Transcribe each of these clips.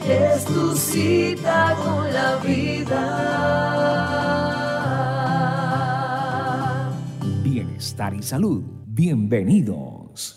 que es tu cita con la vida. Bienestar y salud. Bienvenidos.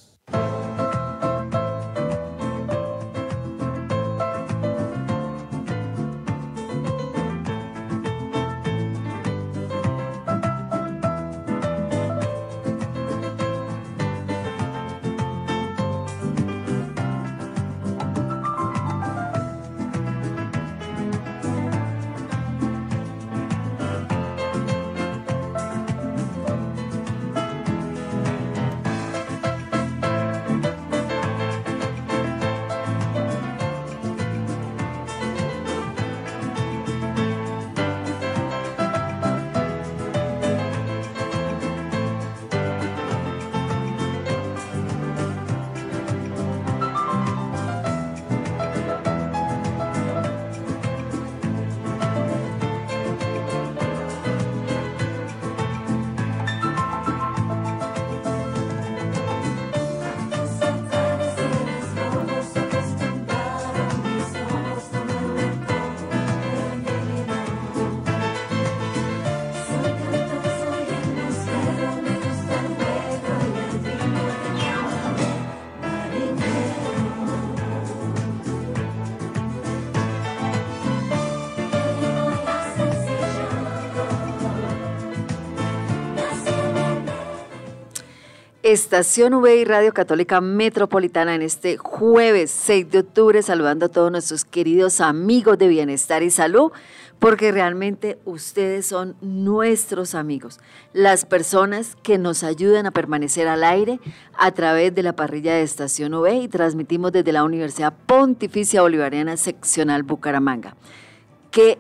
Estación V y Radio Católica Metropolitana en este jueves 6 de octubre, saludando a todos nuestros queridos amigos de Bienestar y Salud, porque realmente ustedes son nuestros amigos, las personas que nos ayudan a permanecer al aire a través de la parrilla de Estación V y transmitimos desde la Universidad Pontificia Bolivariana Seccional Bucaramanga. Qué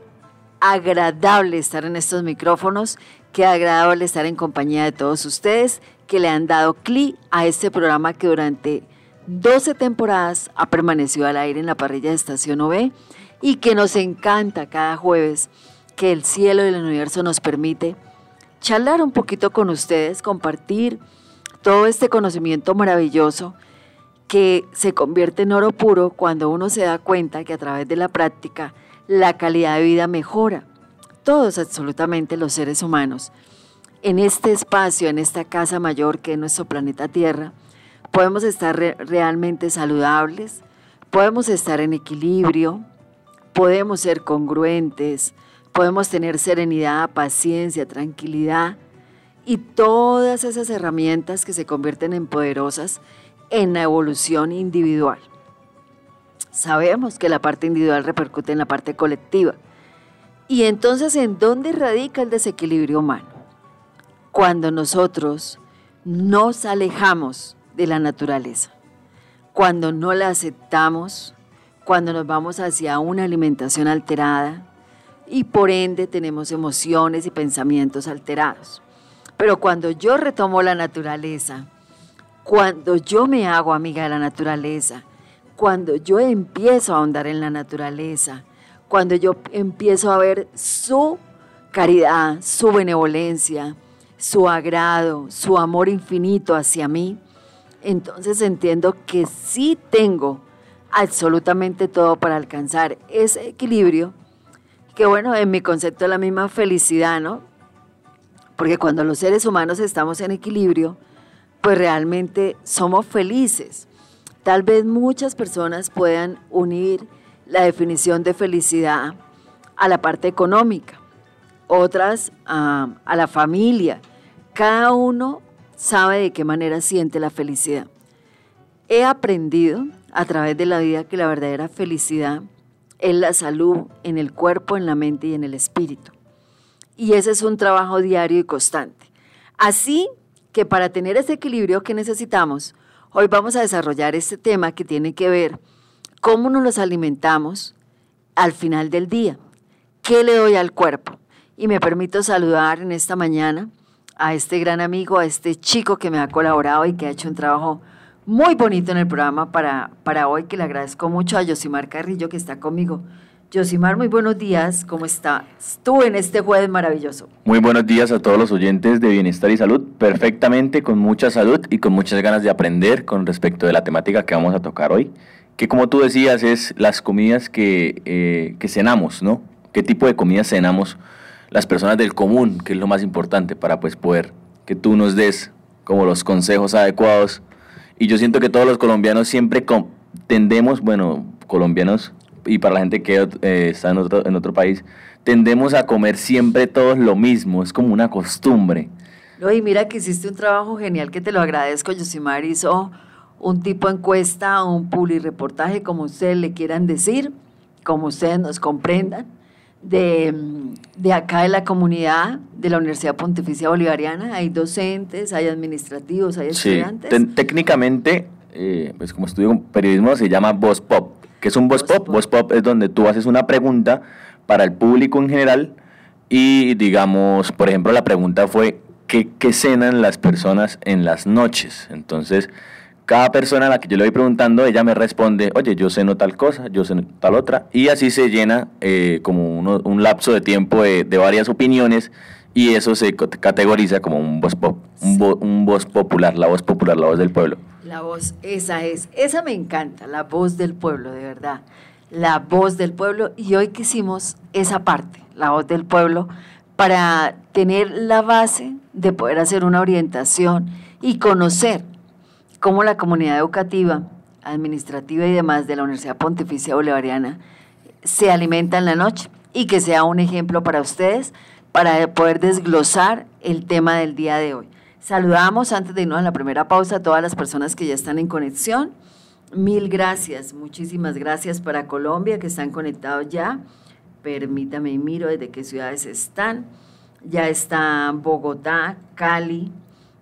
agradable estar en estos micrófonos, qué agradable estar en compañía de todos ustedes que le han dado clic a este programa que durante 12 temporadas ha permanecido al aire en la parrilla de Estación OV y que nos encanta cada jueves que el cielo y el universo nos permite charlar un poquito con ustedes, compartir todo este conocimiento maravilloso que se convierte en oro puro cuando uno se da cuenta que a través de la práctica la calidad de vida mejora. Todos, absolutamente, los seres humanos. En este espacio, en esta casa mayor que es nuestro planeta Tierra, podemos estar realmente saludables, podemos estar en equilibrio, podemos ser congruentes, podemos tener serenidad, paciencia, tranquilidad y todas esas herramientas que se convierten en poderosas en la evolución individual. Sabemos que la parte individual repercute en la parte colectiva. Y entonces, ¿en dónde radica el desequilibrio humano? Cuando nosotros nos alejamos de la naturaleza, cuando no la aceptamos, cuando nos vamos hacia una alimentación alterada y por ende tenemos emociones y pensamientos alterados. Pero cuando yo retomo la naturaleza, cuando yo me hago amiga de la naturaleza, cuando yo empiezo a ahondar en la naturaleza, cuando yo empiezo a ver su caridad, su benevolencia, su agrado, su amor infinito hacia mí, entonces entiendo que sí tengo absolutamente todo para alcanzar ese equilibrio, que bueno, en mi concepto es la misma felicidad, ¿no? Porque cuando los seres humanos estamos en equilibrio, pues realmente somos felices. Tal vez muchas personas puedan unir la definición de felicidad a la parte económica, otras a la familia. Cada uno sabe de qué manera siente la felicidad. He aprendido a través de la vida que la verdadera felicidad es la salud en el cuerpo, en la mente y en el espíritu. Y ese es un trabajo diario y constante. Así que para tener ese equilibrio que necesitamos, hoy vamos a desarrollar este tema que tiene que ver cómo nos los alimentamos al final del día. ¿Qué le doy al cuerpo? Y me permito saludar en esta mañana a este gran amigo, a este chico que me ha colaborado y que ha hecho un trabajo muy bonito en el programa para hoy, que le agradezco mucho, a Yosimar Carrillo, que está conmigo. Yosimar, muy buenos días, ¿cómo estás tú en este jueves maravilloso? Muy buenos días a todos los oyentes de Bienestar y Salud, perfectamente, con mucha salud y con muchas ganas de aprender con respecto de la temática que vamos a tocar hoy. que como tú decías, es las comidas que cenamos, ¿no? ¿Qué tipo de comidas cenamos las personas del común, que es lo más importante para pues poder que tú nos des como los consejos adecuados? Y yo siento que todos los colombianos siempre tendemos, bueno, colombianos y para la gente que está en otro país, tendemos a comer siempre todos lo mismo, es como una costumbre. No, y mira que hiciste un trabajo genial que te lo agradezco. Yosimar hizo un tipo de encuesta, un publireportaje, como ustedes le quieran decir, como ustedes nos comprendan, de acá de la comunidad de la Universidad Pontificia Bolivariana. Hay docentes, hay administrativos, hay estudiantes. Sí, técnicamente, pues como estudio periodismo, se llama Voz Pop. ¿Qué es un Voz Pop? Voz Pop es donde tú haces una pregunta para el público en general y, digamos, por ejemplo, la pregunta fue ¿qué cenan las personas en las noches? Entonces, cada persona a la que yo le voy preguntando, ella me responde, oye, yo ceno tal cosa, yo ceno tal otra, y así se llena como un lapso de tiempo de varias opiniones, y eso se categoriza como un voz pop, un voz popular, la voz del pueblo. La voz, esa me encanta, la voz del pueblo, de verdad, la voz del pueblo, y hoy quisimos esa parte, la voz del pueblo, para tener la base de poder hacer una orientación y conocer cómo la comunidad educativa, administrativa y demás de la Universidad Pontificia Bolivariana se alimenta en la noche, y que sea un ejemplo para ustedes para poder desglosar el tema del día de hoy. Saludamos antes de irnos a la primera pausa a todas las personas que ya están en conexión. Mil gracias, muchísimas gracias para Colombia, que están conectados ya. Permítame y miro desde qué ciudades están. Ya está Bogotá, Cali,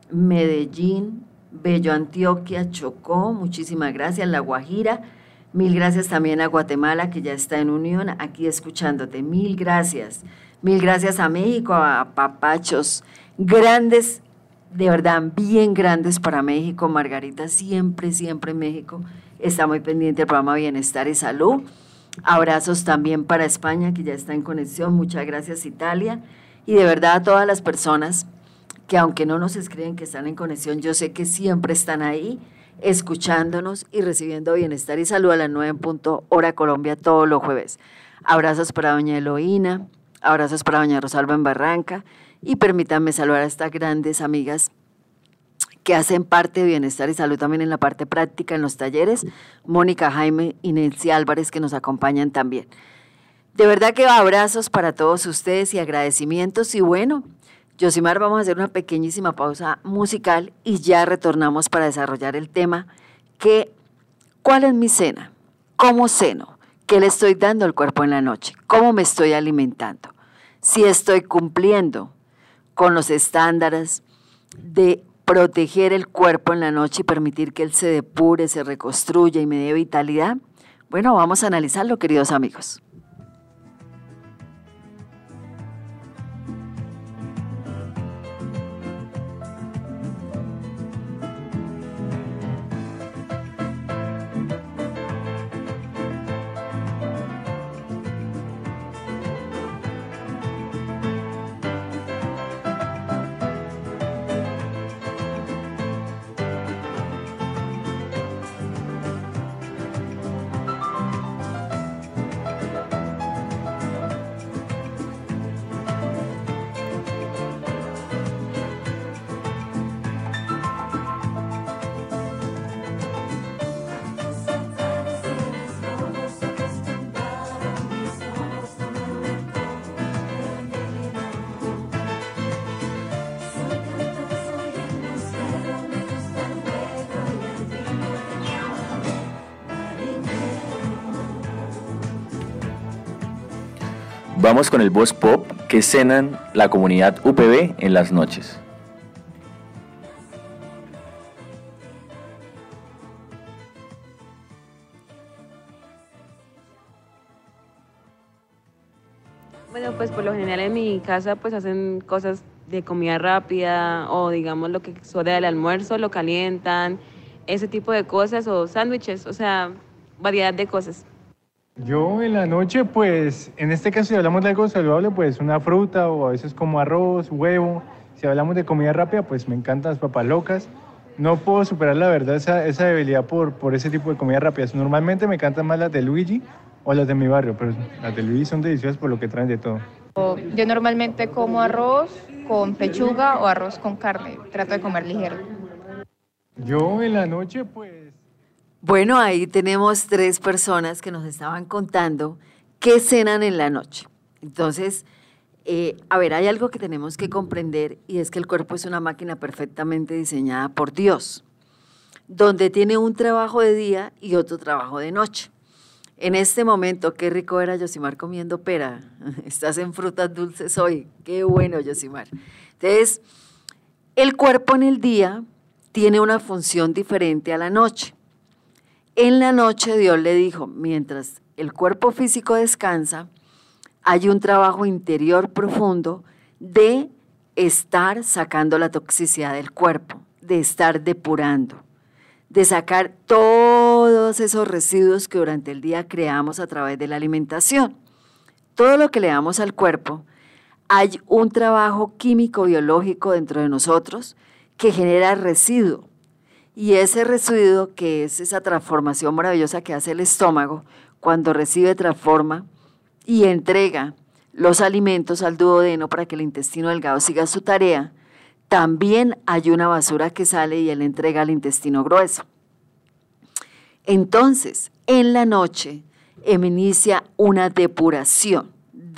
Medellín, Bello, Antioquia, Chocó, muchísimas gracias, La Guajira, mil gracias también a Guatemala, que ya está en unión, aquí escuchándote, mil gracias a México, a papachos grandes, de verdad, bien grandes para México. Margarita siempre en México está muy pendiente del programa Bienestar y Salud. Abrazos también para España, que ya está en conexión, muchas gracias Italia, y de verdad a todas las personas que aunque no nos escriben que están en conexión, yo sé que siempre están ahí escuchándonos y recibiendo Bienestar y Salud a las 9 en punto hora Colombia todos los jueves. Abrazos para doña Eloína, abrazos para doña Rosalba en Barranca, y permítanme saludar a estas grandes amigas que hacen parte de Bienestar y Salud también en la parte práctica, en los talleres, Mónica Jaime y Nancy Álvarez, que nos acompañan también. De verdad que abrazos para todos ustedes y agradecimientos, y bueno, Yosimar, vamos a hacer una pequeñísima pausa musical y ya retornamos para desarrollar el tema ¿cuál es mi cena? ¿Cómo ceno? ¿Qué le estoy dando al cuerpo en la noche? ¿Cómo me estoy alimentando? Si estoy cumpliendo con los estándares de proteger el cuerpo en la noche y permitir que él se depure, se reconstruya y me dé vitalidad. Bueno, vamos a analizarlo, queridos amigos. Vamos con el Voz Pop que cenan la comunidad UPB en las noches. Bueno, pues por lo general en mi casa pues hacen cosas de comida rápida o digamos lo que sobra del almuerzo, lo calientan, ese tipo de cosas, o sándwiches, o sea, variedad de cosas. Yo en la noche, pues, en este caso si hablamos de algo saludable, pues una fruta o a veces como arroz, huevo. Si hablamos de comida rápida, pues me encantan las papas locas, no puedo superar la verdad esa debilidad por ese tipo de comidas rápidas. Normalmente me encantan más las de Luigi o las de mi barrio, pero las de Luigi son deliciosas por lo que traen de todo. Yo normalmente como arroz con pechuga o arroz con carne, trato de comer ligero. Yo en la noche pues... Bueno, ahí tenemos 3 personas que nos estaban contando qué cenan en la noche. Entonces, a ver, hay algo que tenemos que comprender y es que el cuerpo es una máquina perfectamente diseñada por Dios, donde tiene un trabajo de día y otro trabajo de noche. En este momento, qué rico era Yosimar comiendo pera. Estás en frutas dulces hoy. Qué bueno, Yosimar. Entonces, el cuerpo en el día tiene una función diferente a la noche. En la noche Dios le dijo, mientras el cuerpo físico descansa, hay un trabajo interior profundo de estar sacando la toxicidad del cuerpo, de estar depurando, de sacar todos esos residuos que durante el día creamos a través de la alimentación. Todo lo que le damos al cuerpo, hay un trabajo químico biológico dentro de nosotros que genera residuo. Y ese residuo, que es esa transformación maravillosa que hace el estómago, cuando recibe, transforma y entrega los alimentos al duodeno para que el intestino delgado siga su tarea, también hay una basura que sale y él entrega al intestino grueso. Entonces, en la noche, inicia una depuración,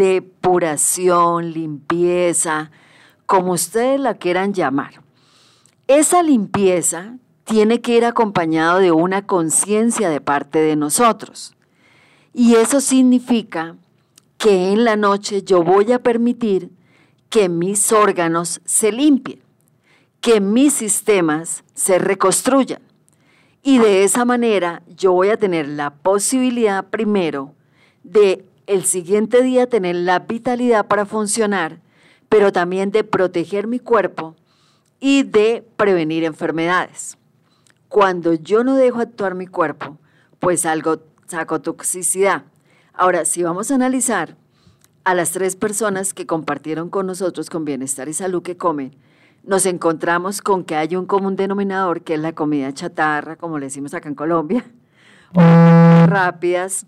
limpieza, como ustedes la quieran llamar. Esa limpieza tiene que ir acompañado de una conciencia de parte de nosotros. Y eso significa que en la noche yo voy a permitir que mis órganos se limpien, que mis sistemas se reconstruyan. Y de esa manera yo voy a tener la posibilidad primero de el siguiente día tener la vitalidad para funcionar, pero también de proteger mi cuerpo y de prevenir enfermedades. Cuando yo no dejo actuar mi cuerpo, pues saco toxicidad. Ahora, si vamos a analizar a las 3 personas que compartieron con nosotros con Bienestar y Salud que comen, nos encontramos con que hay un común denominador que es la comida chatarra, como le decimos acá en Colombia, o rápidas,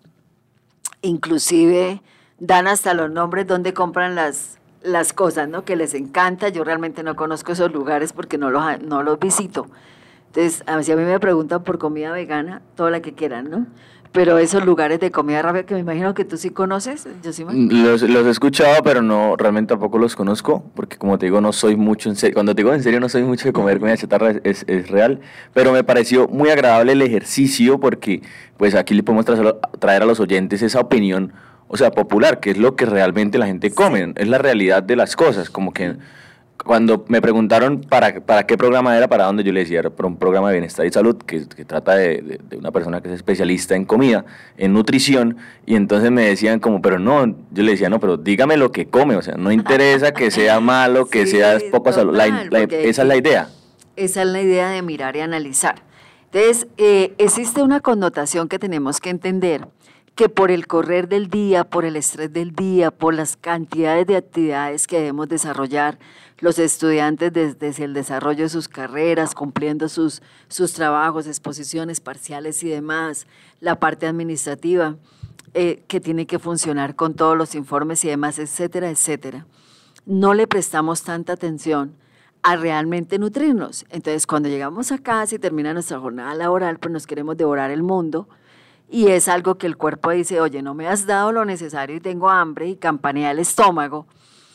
inclusive dan hasta los nombres donde compran las cosas, ¿no? Que les encanta. Yo realmente no conozco esos lugares porque no los visito. Entonces, si a mí me preguntan por comida vegana, toda la que quieran, ¿no? Pero esos lugares de comida rápida que me imagino que tú sí conoces, Yosimar. Los he escuchado, pero no, realmente tampoco los conozco, porque como te digo, no soy mucho en serio. Cuando te digo en serio, no soy mucho de comer comida chatarra, es real. Pero me pareció muy agradable el ejercicio, porque pues aquí le podemos traer a los oyentes esa opinión, o sea, popular, que es lo que realmente la gente come, es la realidad de las cosas, como que... Cuando me preguntaron para qué programa era, para dónde, yo le decía, era para un programa de bienestar y salud que trata de una persona que es especialista en comida, en nutrición, y entonces me decían como, pero no, yo le decía, no, pero dígame lo que come, o sea, no interesa que sea malo, que sea poco salud, esa es la idea. Esa es la idea de mirar y analizar. Entonces, existe una connotación que tenemos que entender, que por el correr del día, por el estrés del día, por las cantidades de actividades que debemos desarrollar, los estudiantes desde el desarrollo de sus carreras, cumpliendo sus trabajos, exposiciones parciales y demás, la parte administrativa que tiene que funcionar con todos los informes y demás, etcétera, etcétera. No le prestamos tanta atención a realmente nutrirnos. Entonces, cuando llegamos a casa y termina nuestra jornada laboral, pues nos queremos devorar el mundo. Y es algo que el cuerpo dice, oye, no me has dado lo necesario y tengo hambre, y campanea el estómago.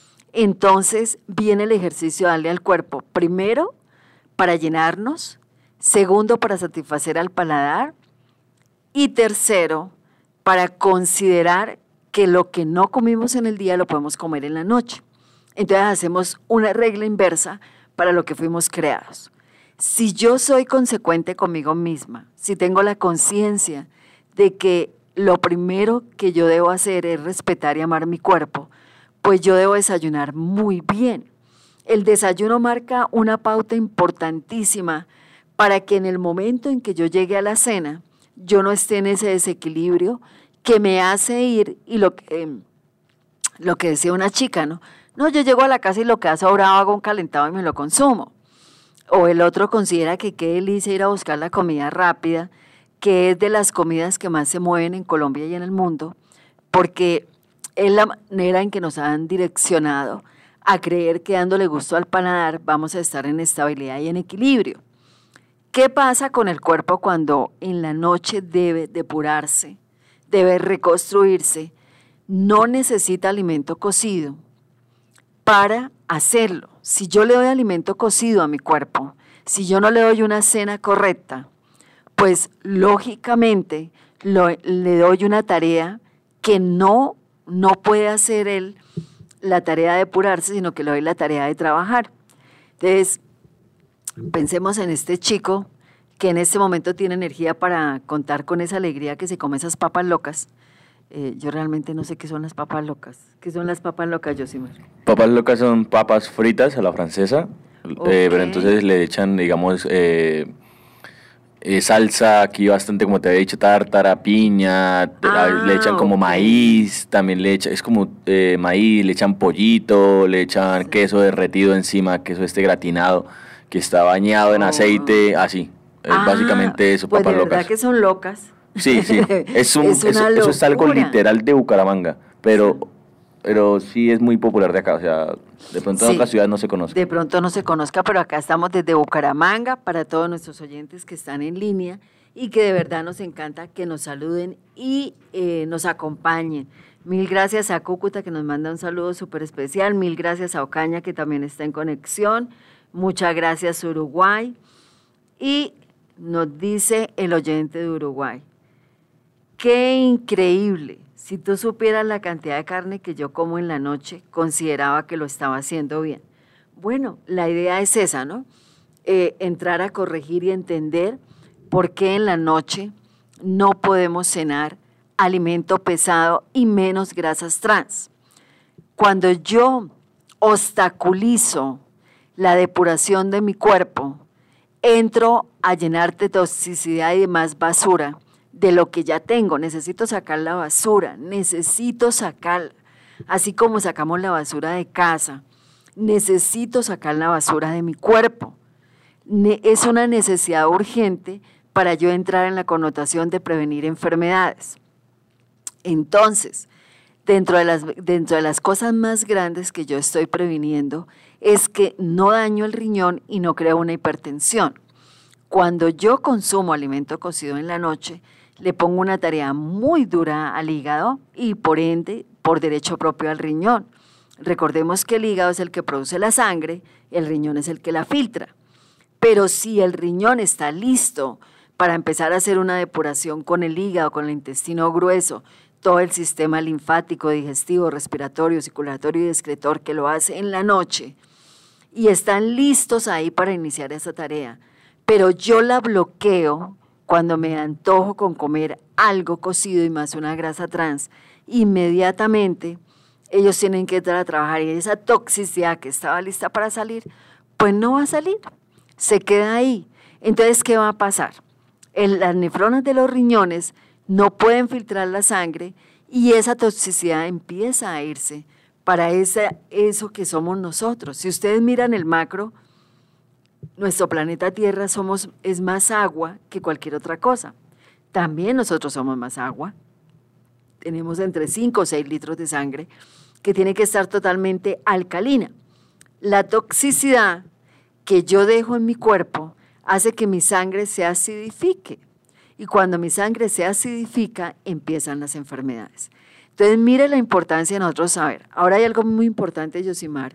Entonces viene el ejercicio de darle al cuerpo, primero, para llenarnos, segundo, para satisfacer al paladar, y tercero, para considerar que lo que no comimos en el día lo podemos comer en la noche. Entonces hacemos una regla inversa para lo que fuimos creados. Si yo soy consecuente conmigo misma, si tengo la conciencia de que lo primero que yo debo hacer es respetar y amar mi cuerpo, pues yo debo desayunar muy bien. El desayuno marca una pauta importantísima para que en el momento en que yo llegue a la cena, yo no esté en ese desequilibrio que me hace ir, y lo que decía una chica, ¿no? No, yo llego a la casa y lo que ha sobrado hago un calentado y me lo consumo. o el otro considera que qué delicia ir a buscar la comida rápida, que es de las comidas que más se mueven en Colombia y en el mundo, porque es la manera en que nos han direccionado a creer que dándole gusto al paladar vamos a estar en estabilidad y en equilibrio. ¿Qué pasa con el cuerpo cuando en la noche debe depurarse, debe reconstruirse? No necesita alimento cocido para hacerlo. Si yo le doy alimento cocido a mi cuerpo, si yo no le doy una cena correcta, pues lógicamente le doy una tarea que no puede hacer él la tarea de depurarse, sino que le doy la tarea de trabajar. Entonces, pensemos en este chico que en este momento tiene energía para contar con esa alegría que se come esas papas locas. Yo realmente no sé qué son las papas locas. ¿Qué son las papas locas, Yosimar? Papas locas son papas fritas a la francesa, pero entonces le echan, digamos, salsa, aquí bastante, como te había dicho, tártara, piña, le echan como maíz, también le echan, es como maíz, le echan pollito, le echan queso derretido encima, queso gratinado, que está bañado en aceite, así. Básicamente eso, pues papas de verdad locas. Que son locas. Sí, eso es algo literal de Bucaramanga, pero sí es muy popular de acá, o sea, de pronto en otras ciudades no se conoce. De pronto no se conozca, pero acá estamos desde Bucaramanga para todos nuestros oyentes que están en línea y que de verdad nos encanta que nos saluden y nos acompañen. Mil gracias a Cúcuta, que nos manda un saludo súper especial, mil gracias a Ocaña, que también está en conexión, muchas gracias Uruguay, y nos dice el oyente de Uruguay: ¡qué increíble! Si tú supieras la cantidad de carne que yo como en la noche, consideraba que lo estaba haciendo bien. Bueno, la idea es esa, ¿no? Entrar a corregir y entender por qué en la noche no podemos cenar alimento pesado y menos grasas trans. Cuando yo obstaculizo la depuración de mi cuerpo, entro a llenar de toxicidad y de más basura de lo que ya tengo. Necesito sacar la basura, necesito sacarla, así como sacamos la basura de casa, necesito sacar la basura de mi cuerpo. Es una necesidad urgente para yo entrar en la connotación de prevenir enfermedades. Entonces, dentro de las cosas más grandes que yo estoy previniendo es que no daño el riñón y no creo una hipertensión. Cuando yo consumo alimento cocido en la noche, le pongo una tarea muy dura al hígado y por ende, por derecho propio al riñón. Recordemos que el hígado es el que produce la sangre, el riñón es el que la filtra. Pero si el riñón está listo para empezar a hacer una depuración con el hígado, con el intestino grueso, todo el sistema linfático, digestivo, respiratorio, circulatorio y excretor que lo hace en la noche, y están listos ahí para iniciar esa tarea, pero yo la bloqueo cuando me antojo con comer algo cocido y más una grasa trans, inmediatamente ellos tienen que entrar a trabajar y esa toxicidad que estaba lista para salir, pues no va a salir, se queda ahí. Entonces, ¿qué va a pasar? Las nefronas de los riñones no pueden filtrar la sangre y esa toxicidad empieza a irse para eso que somos nosotros. Si ustedes miran el macro, nuestro planeta Tierra es más agua que cualquier otra cosa. También nosotros somos más agua. Tenemos entre 5 o 6 litros de sangre que tiene que estar totalmente alcalina. La toxicidad que yo dejo en mi cuerpo hace que mi sangre se acidifique. Y cuando mi sangre se acidifica, empiezan las enfermedades. Entonces, mire la importancia de nosotros saber. Ahora hay algo muy importante, Yosimar,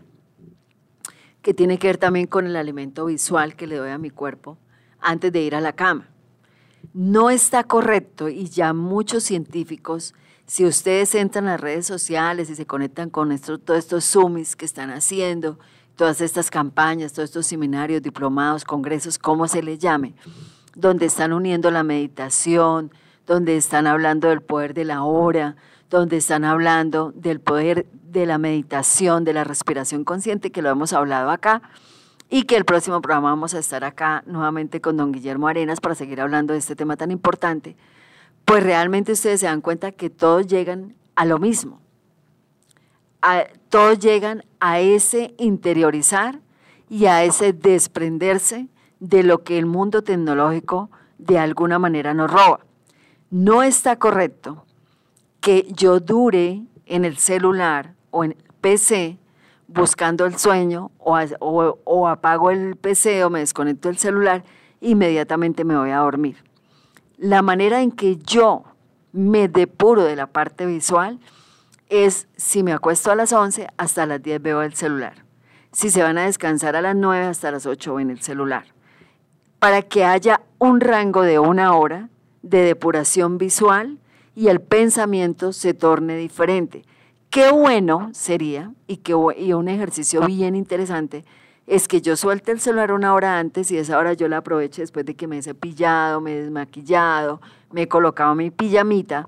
que tiene que ver también con el alimento visual que le doy a mi cuerpo antes de ir a la cama. No está correcto, y ya muchos científicos, si ustedes entran a las redes sociales y se conectan con todos estos Zoomies que están haciendo, todas estas campañas, todos estos seminarios, diplomados, congresos, como se les llame, donde están uniendo la meditación, donde están hablando del poder de la hora, donde están hablando del poder de la meditación, de la respiración consciente, que lo hemos hablado acá, y que el próximo programa vamos a estar acá nuevamente con don Guillermo Arenas para seguir hablando de este tema tan importante. Pues realmente ustedes se dan cuenta que todos llegan a lo mismo, todos llegan a ese interiorizar y a ese desprenderse de lo que el mundo tecnológico de alguna manera nos roba. No está correcto que yo dure en el celular o en el PC buscando el sueño o apago el PC o me desconecto del celular, inmediatamente me voy a dormir. La manera en que yo me depuro de la parte visual es si me acuesto a las 11, hasta las 10 veo el celular. Si se van a descansar a las 9, hasta las 8 ven el celular. Para que haya un rango de 1 hora de depuración visual y el pensamiento se torne diferente. Qué bueno sería, y un ejercicio bien interesante, es que yo suelte el celular 1 hora antes y esa hora yo la aproveche después de que me he cepillado, me he desmaquillado, me he colocado mi pijamita,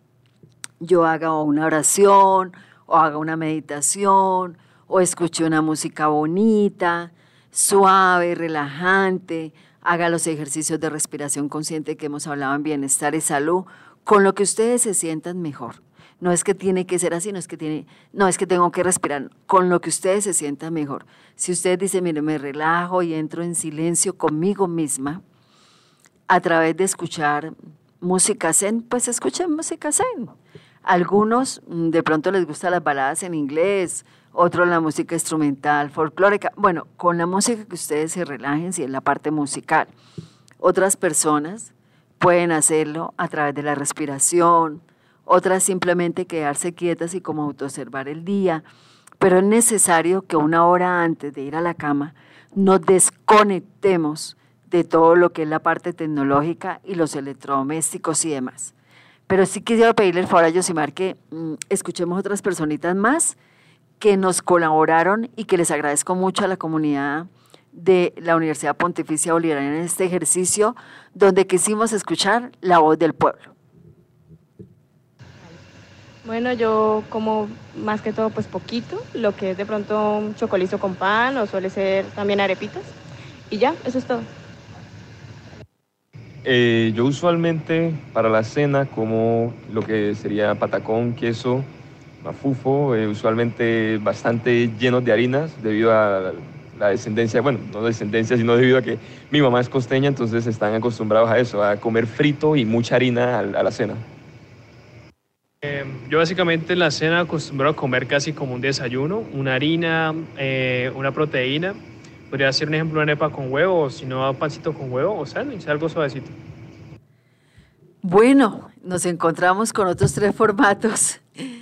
yo haga una oración o haga una meditación o escuche una música bonita, suave, relajante, haga los ejercicios de respiración consciente que hemos hablado en Bienestar y Salud, con lo que ustedes se sientan mejor. No es que tiene que ser así, no es que tengo que respirar, con lo que ustedes se sientan mejor. Si ustedes dicen, mire, me relajo y entro en silencio conmigo misma, a través de escuchar música zen, pues escuchen música zen. Algunos de pronto les gustan las baladas en inglés, otros la música instrumental, folclórica. Bueno, con la música que ustedes se relajen, si es la parte musical. Otras personas pueden hacerlo a través de la respiración, otras simplemente quedarse quietas y como autoobservar el día, pero es necesario que 1 hora antes de ir a la cama nos desconectemos de todo lo que es la parte tecnológica y los electrodomésticos y demás. Pero sí quisiera pedirle el favor a Yosimar que escuchemos otras personitas más que nos colaboraron y que les agradezco mucho a la comunidad de la Universidad Pontificia Bolivariana en este ejercicio donde quisimos escuchar la voz del pueblo. Bueno, yo como más que todo pues poquito, lo que es de pronto un chocolizo con pan o suele ser también arepitas y ya, eso es todo. Yo usualmente para la cena como lo que sería patacón, queso, mafufo, usualmente bastante llenos de harinas debido a la descendencia, bueno, no descendencia, sino debido a que mi mamá es costeña, entonces están acostumbrados a eso, a comer frito y mucha harina a la cena. Yo básicamente en la cena acostumbro a comer casi como un desayuno, una harina, una proteína. Podría ser un ejemplo una arepa con huevo, o si no un pancito con huevo o sándwich, algo suavecito. Bueno, nos encontramos con otros 3 formatos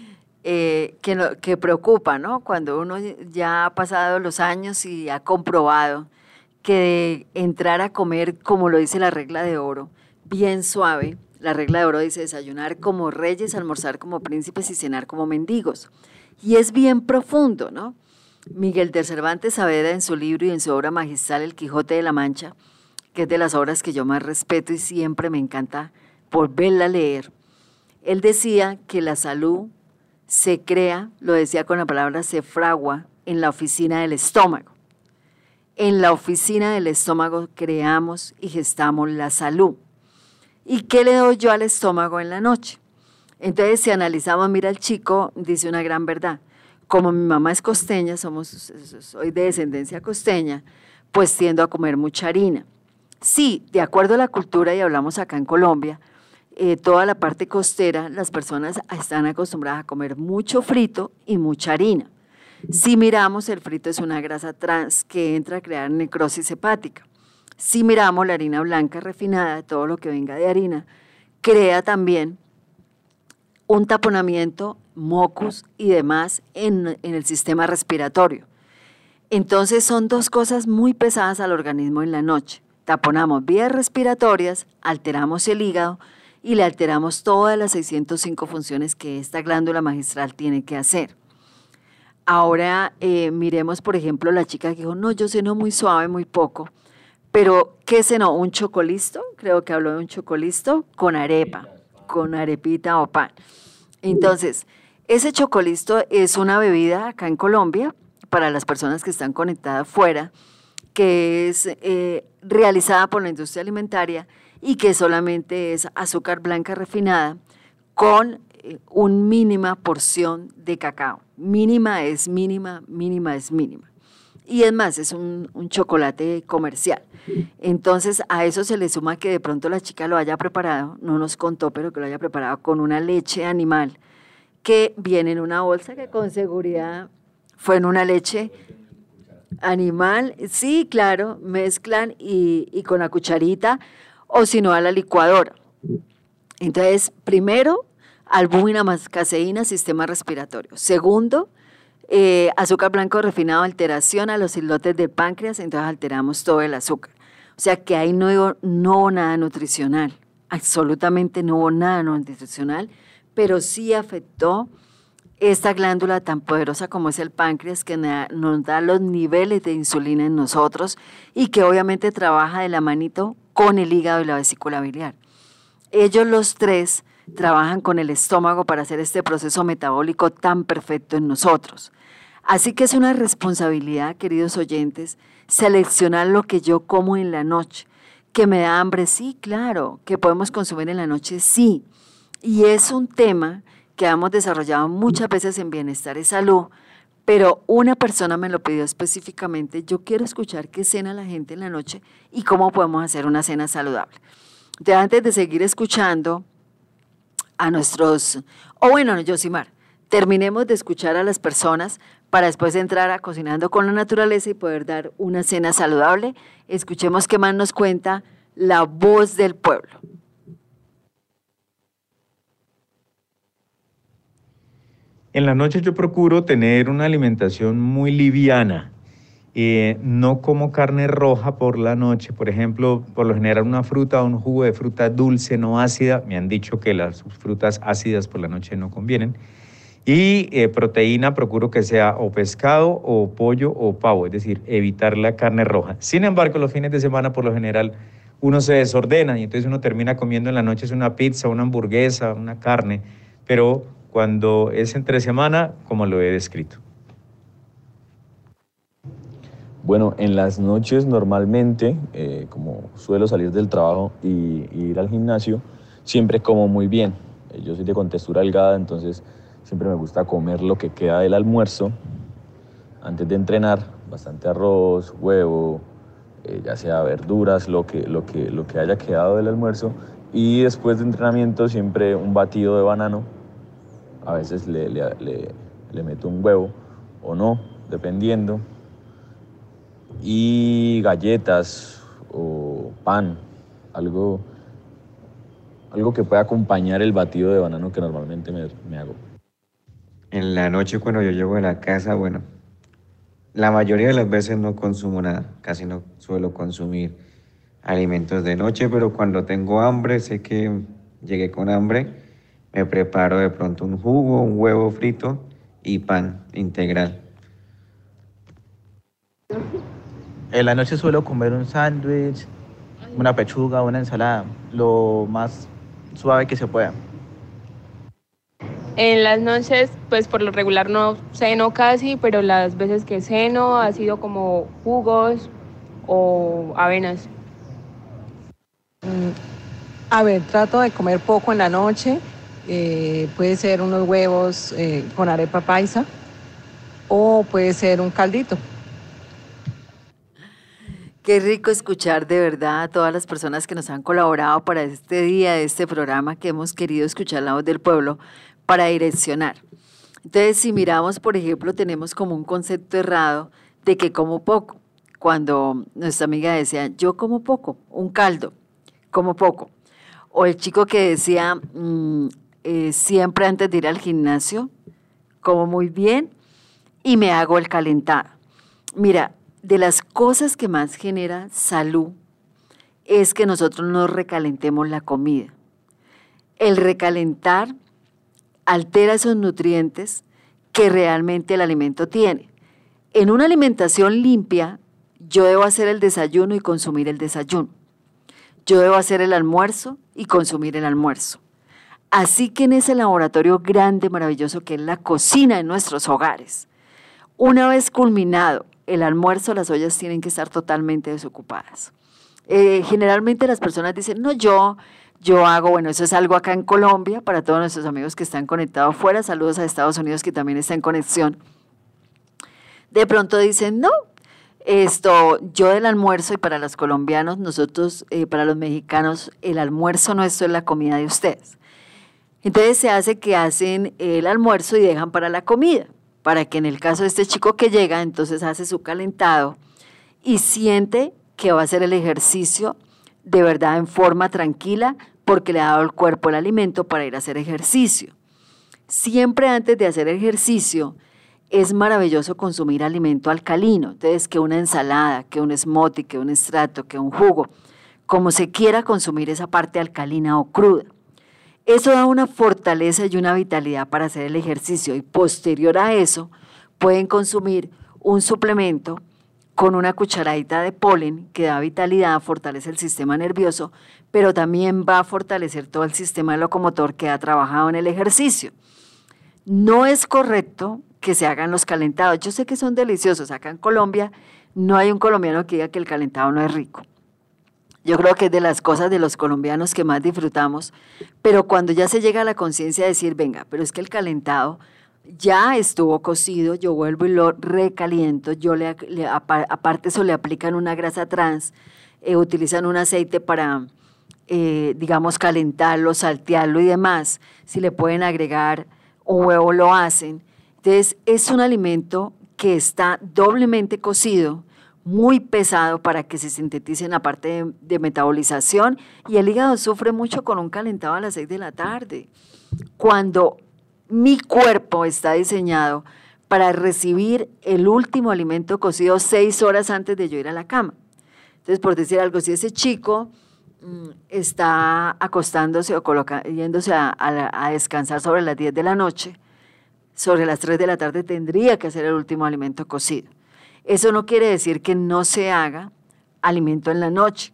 que preocupan, ¿no? Cuando uno ya ha pasado los años y ha comprobado que entrar a comer, como lo dice la regla de oro, bien suave. La regla de oro dice desayunar como reyes, almorzar como príncipes y cenar como mendigos. Y es bien profundo, ¿no? Miguel de Cervantes Saavedra en su libro y en su obra magistral El Quijote de la Mancha, que es de las obras que yo más respeto y siempre me encanta volverla a leer, él decía que la salud se crea, lo decía con la palabra se fragua, en la oficina del estómago. En la oficina del estómago creamos y gestamos la salud. ¿Y qué le doy yo al estómago en la noche? Entonces, si analizamos, mira, el chico dice una gran verdad. Como mi mamá es costeña, soy de descendencia costeña, pues tiendo a comer mucha harina. Sí, de acuerdo a la cultura, y hablamos acá en Colombia, toda la parte costera, las personas están acostumbradas a comer mucho frito y mucha harina. Si miramos, el frito es una grasa trans que entra a crear necrosis hepática. Si miramos la harina blanca refinada, todo lo que venga de harina, crea también un taponamiento, mocus y demás en el sistema respiratorio. Entonces son 2 cosas muy pesadas al organismo en la noche. Taponamos vías respiratorias, alteramos el hígado y le alteramos todas las 605 funciones que esta glándula magistral tiene que hacer. Ahora miremos, por ejemplo, la chica que dijo, no, yo ceno muy suave, muy poco. Pero, ¿qué cenó? ¿Un chocolisto? Creo que habló de un chocolisto con arepa, con arepita o pan. Entonces, ese chocolisto es una bebida acá en Colombia, para las personas que están conectadas fuera, que es realizada por la industria alimentaria y que solamente es azúcar blanca refinada con una mínima porción de cacao. Mínima es mínima, mínima es mínima. Y es más, es un chocolate comercial. Entonces, a eso se le suma que de pronto la chica lo haya preparado, no nos contó, pero que lo haya preparado con una leche animal que viene en una bolsa que con seguridad fue en una leche animal. Sí, claro, mezclan y con la cucharita o si no a la licuadora. Entonces, primero, albúmina más caseína, sistema respiratorio. Segundo, azúcar blanco refinado, alteración a los islotes del páncreas, entonces alteramos todo el azúcar. O sea que ahí no hubo nada nutricional, absolutamente no hubo nada nutricional, pero sí afectó esta glándula tan poderosa como es el páncreas, que nos da los niveles de insulina en nosotros y que obviamente trabaja de la manito con el hígado y la vesícula biliar. Ellos los tres trabajan con el estómago para hacer este proceso metabólico tan perfecto en nosotros. Así que es una responsabilidad, queridos oyentes, seleccionar lo que yo como en la noche. ¿Que me da hambre? Sí, claro. ¿Que podemos consumir en la noche? Sí. Y es un tema que hemos desarrollado muchas veces en Bienestar y Salud, pero una persona me lo pidió específicamente. Yo quiero escuchar qué cena la gente en la noche y cómo podemos hacer una cena saludable. Entonces, antes de seguir escuchando a nuestros, Yosimar, terminemos de escuchar a las personas para después entrar a Cocinando con la Naturaleza y poder dar una cena saludable. Escuchemos qué más nos cuenta la voz del pueblo. En la noche yo procuro tener una alimentación muy liviana. No como carne roja por la noche, por ejemplo, por lo general una fruta o un jugo de fruta dulce, no ácida. Me han dicho que las frutas ácidas por la noche no convienen. Y proteína procuro que sea o pescado o pollo o pavo, es decir, evitar la carne roja. Sin embargo, los fines de semana por lo general uno se desordena y entonces uno termina comiendo en la noche una pizza, una hamburguesa, una carne, pero cuando es entre semana, como lo he descrito. Bueno, en las noches normalmente, como suelo salir del trabajo y ir al gimnasio, siempre como muy bien. Yo soy de contextura delgada, entonces siempre me gusta comer lo que queda del almuerzo antes de entrenar, bastante arroz, huevo, ya sea verduras, lo que haya quedado del almuerzo. Y después de entrenamiento siempre un batido de banano, a veces le meto un huevo o no, dependiendo. Y galletas o pan, algo que pueda acompañar el batido de banano que normalmente me hago. En la noche cuando yo llego a la casa, bueno, la mayoría de las veces no consumo nada, casi no suelo consumir alimentos de noche, pero cuando tengo hambre, sé que llegué con hambre, me preparo de pronto un jugo, un huevo frito y pan integral. En la noche suelo comer un sándwich, una pechuga, una ensalada, lo más suave que se pueda. En las noches, pues por lo regular no ceno casi, pero las veces que ceno ha sido como jugos o avenas. A ver, trato de comer poco en la noche, puede ser unos huevos con arepa paisa o puede ser un caldito. Qué rico escuchar de verdad a todas las personas que nos han colaborado para este día, de este programa, que hemos querido escuchar la voz del pueblo para direccionar. Entonces, si miramos, por ejemplo, tenemos como un concepto errado de que como poco. Cuando nuestra amiga decía, yo como poco, un caldo, como poco. O el chico que decía, siempre antes de ir al gimnasio, como muy bien y me hago el calentado. Mira, de las cosas que más genera salud es que nosotros no recalentemos la comida. El recalentar altera esos nutrientes que realmente el alimento tiene. En una alimentación limpia, yo debo hacer el desayuno y consumir el desayuno. Yo debo hacer el almuerzo y consumir el almuerzo. Así que en ese laboratorio grande, maravilloso que es la cocina en nuestros hogares, una vez culminado el almuerzo, las ollas tienen que estar totalmente desocupadas. Generalmente las personas dicen, no, yo hago, bueno, eso es algo acá en Colombia, para todos nuestros amigos que están conectados fuera, saludos a Estados Unidos que también está en conexión. De pronto dicen, no, Yo del almuerzo, y para los colombianos, nosotros, para los mexicanos, el almuerzo nuestro es la comida de ustedes. Entonces se hace que hacen el almuerzo y dejan para la comida, para que en el caso de este chico que llega, entonces hace su calentado y siente que va a hacer el ejercicio de verdad en forma tranquila, porque le ha dado el cuerpo el alimento para ir a hacer ejercicio. Siempre antes de hacer ejercicio es maravilloso consumir alimento alcalino, entonces que una ensalada, que un smoothie, que un extracto, que un jugo, como se quiera consumir esa parte alcalina o cruda. Eso da una fortaleza y una vitalidad para hacer el ejercicio, y posterior a eso pueden consumir un suplemento con una cucharadita de polen que da vitalidad, fortalece el sistema nervioso, pero también va a fortalecer todo el sistema locomotor que ha trabajado en el ejercicio. No es correcto que se hagan los calentados. Yo sé que son deliciosos. Acá en Colombia no hay un colombiano que diga que el calentado no es rico. Yo creo que es de las cosas de los colombianos que más disfrutamos, pero cuando ya se llega a la conciencia de decir, venga, pero es que el calentado ya estuvo cocido, yo vuelvo y lo recaliento, aparte eso le aplican una grasa trans, utilizan un aceite para, digamos, calentarlo, saltearlo y demás. Si le pueden agregar un huevo, lo hacen. Entonces, es un alimento que está doblemente cocido, muy pesado para que se sintetice en la parte de metabolización, y el hígado sufre mucho con un calentado a las 6 de la tarde, cuando mi cuerpo está diseñado para recibir el último alimento cocido 6 horas antes de yo ir a la cama. Entonces, por decir algo, si ese chico está acostándose o yéndose a descansar sobre las 10 de la noche, sobre las 3 de la tarde tendría que hacer el último alimento cocido. Eso no quiere decir que no se haga alimento en la noche.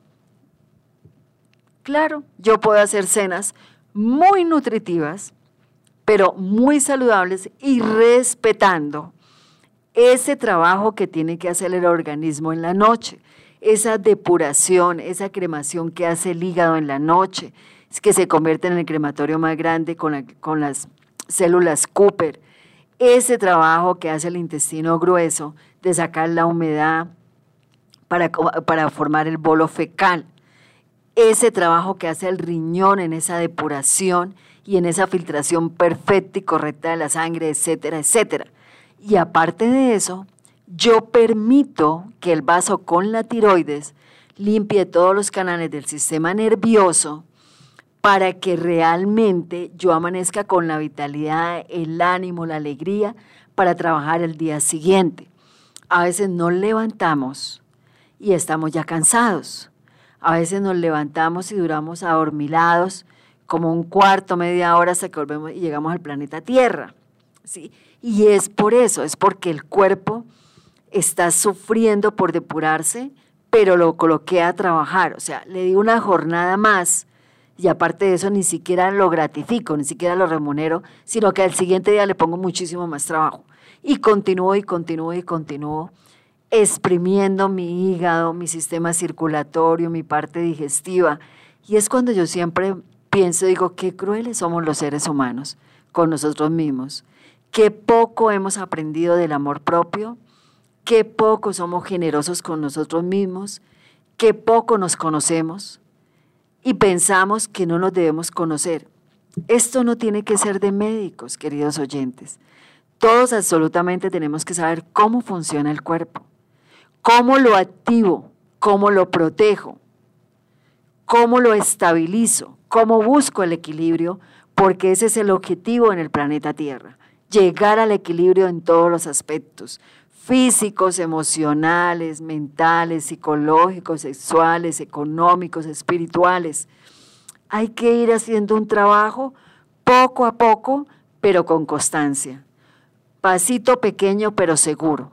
Claro, yo puedo hacer cenas muy nutritivas, pero muy saludables y respetando ese trabajo que tiene que hacer el organismo en la noche, esa depuración, esa cremación que hace el hígado en la noche, es que se convierte en el crematorio más grande con las células Cooper, ese trabajo que hace el intestino grueso de sacar la humedad para formar el bolo fecal, ese trabajo que hace el riñón en esa depuración y en esa filtración perfecta y correcta de la sangre, etcétera, etcétera. Y aparte de eso, yo permito que el vaso con la tiroides limpie todos los canales del sistema nervioso para que realmente yo amanezca con la vitalidad, el ánimo, la alegría para trabajar el día siguiente. A veces nos levantamos y estamos ya cansados. A veces nos levantamos y duramos adormilados como un cuarto, media hora hasta que volvemos y llegamos al planeta Tierra, ¿sí? Y es por eso, es porque el cuerpo está sufriendo por depurarse, pero lo coloqué a trabajar, o sea, le di una jornada más y aparte de eso ni siquiera lo gratifico, ni siquiera lo remunero, sino que al siguiente día le pongo muchísimo más trabajo. Y continúo y continúo y continúo exprimiendo mi hígado, mi sistema circulatorio, mi parte digestiva. Y es cuando yo siempre pienso, digo, qué crueles somos los seres humanos con nosotros mismos. Qué poco hemos aprendido del amor propio, qué poco somos generosos con nosotros mismos, qué poco nos conocemos y pensamos que no nos debemos conocer. Esto no tiene que ser de médicos, queridos oyentes. Todos absolutamente tenemos que saber cómo funciona el cuerpo, cómo lo activo, cómo lo protejo, cómo lo estabilizo, cómo busco el equilibrio, porque ese es el objetivo en el planeta Tierra, llegar al equilibrio en todos los aspectos, físicos, emocionales, mentales, psicológicos, sexuales, económicos, espirituales. Hay que ir haciendo un trabajo poco a poco, pero con constancia. Pasito pequeño, pero seguro.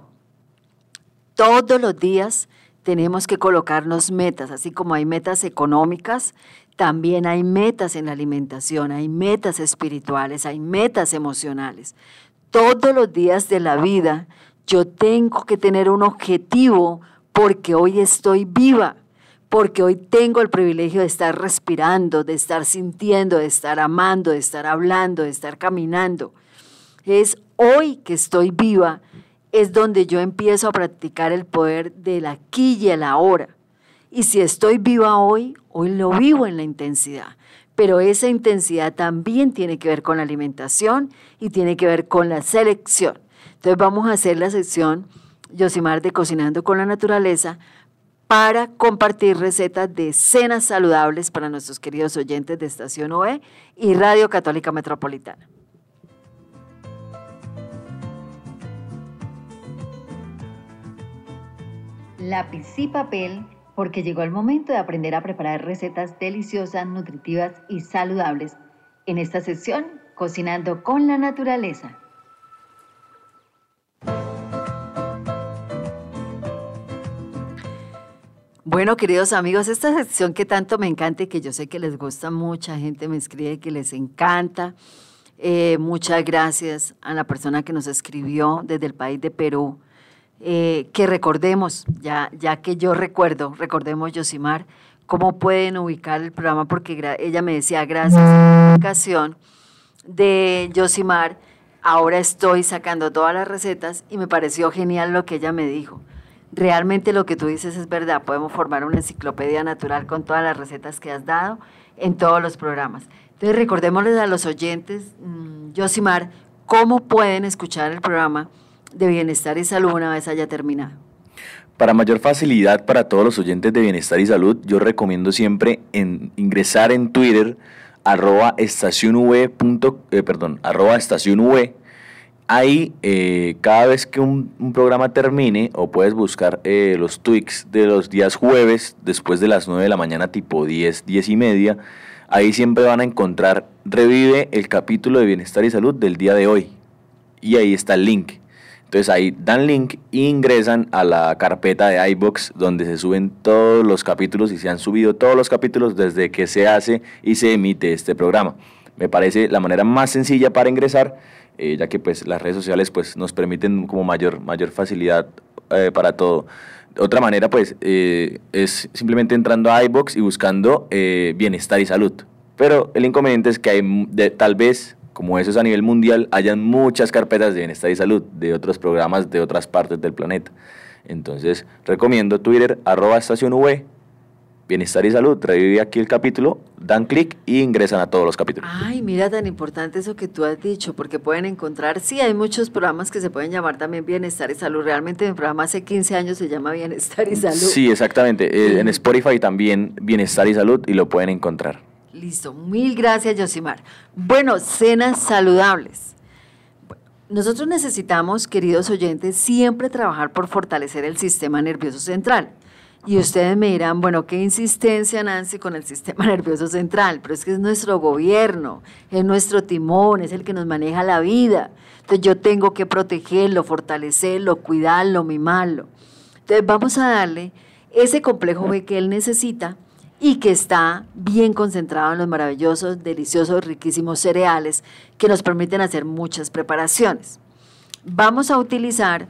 Todos los días tenemos que colocarnos metas, así como hay metas económicas, también hay metas en la alimentación, hay metas espirituales, hay metas emocionales. Todos los días de la vida yo tengo que tener un objetivo porque hoy estoy viva, porque hoy tengo el privilegio de estar respirando, de estar sintiendo, de estar amando, de estar hablando, de estar caminando. Es hoy que estoy viva es donde yo empiezo a practicar el poder del aquí y el ahora. Y si estoy viva hoy, hoy lo vivo en la intensidad. Pero esa intensidad también tiene que ver con la alimentación y tiene que ver con la selección. Entonces vamos a hacer la sección, Yosimar, de Cocinando con la Naturaleza, para compartir recetas de cenas saludables para nuestros queridos oyentes de Estación OE y Radio Católica Metropolitana. Lápiz y papel, porque llegó el momento de aprender a preparar recetas deliciosas, nutritivas y saludables. En esta sección, Cocinando con la Naturaleza. Bueno, queridos amigos, esta sección que tanto me encanta y que yo sé que les gusta, mucha gente me escribe que les encanta. Muchas gracias a la persona que nos escribió desde el país de Perú. Que recordemos, ya que yo recordemos, Yosimar, cómo pueden ubicar el programa, porque ella me decía, gracias a la ubicación de Yosimar, ahora estoy sacando todas las recetas y me pareció genial lo que ella me dijo. Realmente lo que tú dices es verdad, podemos formar una enciclopedia natural con todas las recetas que has dado en todos los programas. Entonces recordémosles a los oyentes, Yosimar, cómo pueden escuchar el programa de Bienestar y Salud una vez haya terminado. Para mayor facilidad para todos los oyentes de Bienestar y Salud, yo recomiendo siempre ingresar en Twitter @estacionv. Ahí, cada vez que un programa termine, o puedes buscar los tweets de los días jueves, después de las 9 de la mañana, tipo 10 y media, ahí siempre van a encontrar, revive el capítulo de Bienestar y Salud del día de hoy. Y ahí está el link. Entonces ahí dan link e ingresan a la carpeta de iVoox, donde se suben todos los capítulos, y se han subido todos los capítulos desde que se hace y se emite este programa. Me parece la manera más sencilla para ingresar, ya que pues las redes sociales pues nos permiten como mayor facilidad para todo. Otra manera pues es simplemente entrando a iVoox y buscando Bienestar y Salud. Pero el inconveniente es que hay tal vez, como eso es a nivel mundial, hayan muchas carpetas de Bienestar y Salud de otros programas de otras partes del planeta. Entonces recomiendo Twitter @estacionv, Bienestar y Salud, revive aquí el capítulo, dan clic y ingresan a todos los capítulos. Ay, mira, tan importante eso que tú has dicho, porque pueden encontrar, sí, hay muchos programas que se pueden llamar también Bienestar y Salud. Realmente mi programa hace 15 años se llama Bienestar y Salud. Sí, exactamente. En Spotify también Bienestar y Salud, y lo pueden encontrar. Listo, mil gracias, Yosimar. Bueno, cenas saludables. Nosotros necesitamos, queridos oyentes, siempre trabajar por fortalecer el sistema nervioso central. Y ustedes me dirán, bueno, qué insistencia, Nancy, con el sistema nervioso central, pero es que es nuestro gobierno, es nuestro timón, es el que nos maneja la vida. Entonces yo tengo que protegerlo, fortalecerlo, cuidarlo, mimarlo. Entonces vamos a darle ese complejo B que él necesita y que está bien concentrado en los maravillosos, deliciosos, riquísimos cereales que nos permiten hacer muchas preparaciones. Vamos a utilizar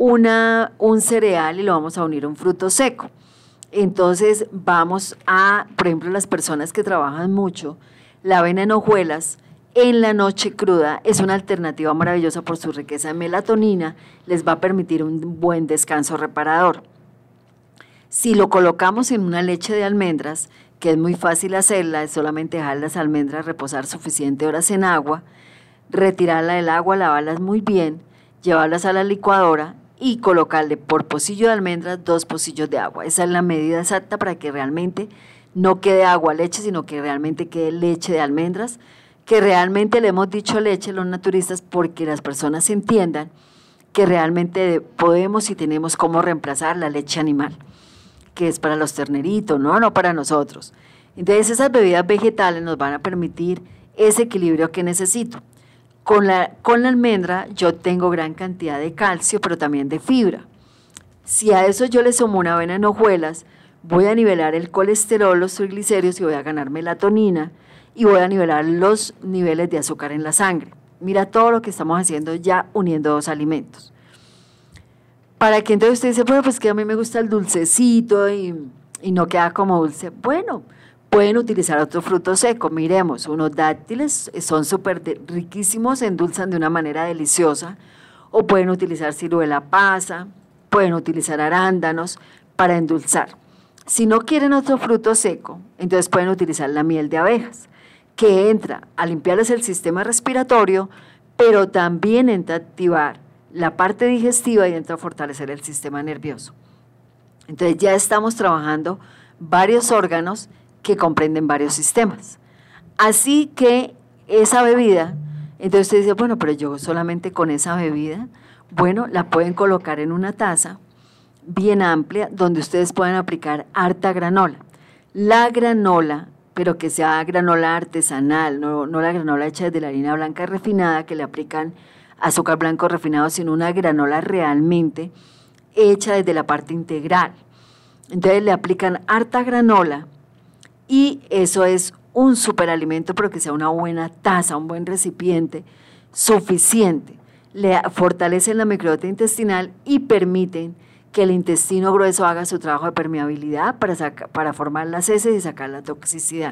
un cereal y lo vamos a unir a un fruto seco. Entonces vamos a, por ejemplo, las personas que trabajan mucho, la avena en hojuelas en la noche cruda es una alternativa maravillosa por su riqueza en melatonina, les va a permitir un buen descanso reparador. Si lo colocamos en una leche de almendras, que es muy fácil hacerla, es solamente dejar las almendras reposar suficientes horas en agua, retirarla del agua, lavarlas muy bien, llevarlas a la licuadora y colocarle por pocillo de almendras 2 pocillos de agua. Esa es la medida exacta para que realmente no quede agua leche, sino que realmente quede leche de almendras, que realmente le hemos dicho leche a los naturistas porque las personas entiendan que realmente podemos y tenemos cómo reemplazar la leche animal, que es para los terneritos, no para nosotros. Entonces esas bebidas vegetales nos van a permitir ese equilibrio que necesito. Con la almendra yo tengo gran cantidad de calcio, pero también de fibra. Si a eso yo le sumo una avena en hojuelas, voy a nivelar el colesterol, los triglicéridos y voy a ganar melatonina y voy a nivelar los niveles de azúcar en la sangre. Mira todo lo que estamos haciendo ya uniendo 2 alimentos. Para que entonces usted dice, bueno, pues que a mí me gusta el dulcecito y no queda como dulce. Bueno, pueden utilizar otro fruto seco. Miremos, unos dátiles son súper riquísimos, endulzan de una manera deliciosa. o pueden utilizar ciruela pasa, pueden utilizar arándanos para endulzar. Si no quieren otro fruto seco, entonces pueden utilizar la miel de abejas, que entra a limpiarles el sistema respiratorio, pero también entra a activar la parte digestiva y entra a fortalecer el sistema nervioso. Entonces ya estamos trabajando varios órganos que comprenden varios sistemas. Así que esa bebida, entonces usted dice, bueno, pero yo solamente con esa bebida, bueno, la pueden colocar en una taza bien amplia donde ustedes puedan aplicar harta granola. La granola, pero que sea granola artesanal, no la granola hecha desde la harina blanca refinada que le aplican azúcar blanco refinado, sino una granola realmente hecha desde la parte integral. Entonces le aplican harta granola y eso es un superalimento, pero que sea una buena taza, un buen recipiente, suficiente. Le fortalecen la microbiota intestinal y permiten que el intestino grueso haga su trabajo de permeabilidad para formar las heces y sacar la toxicidad.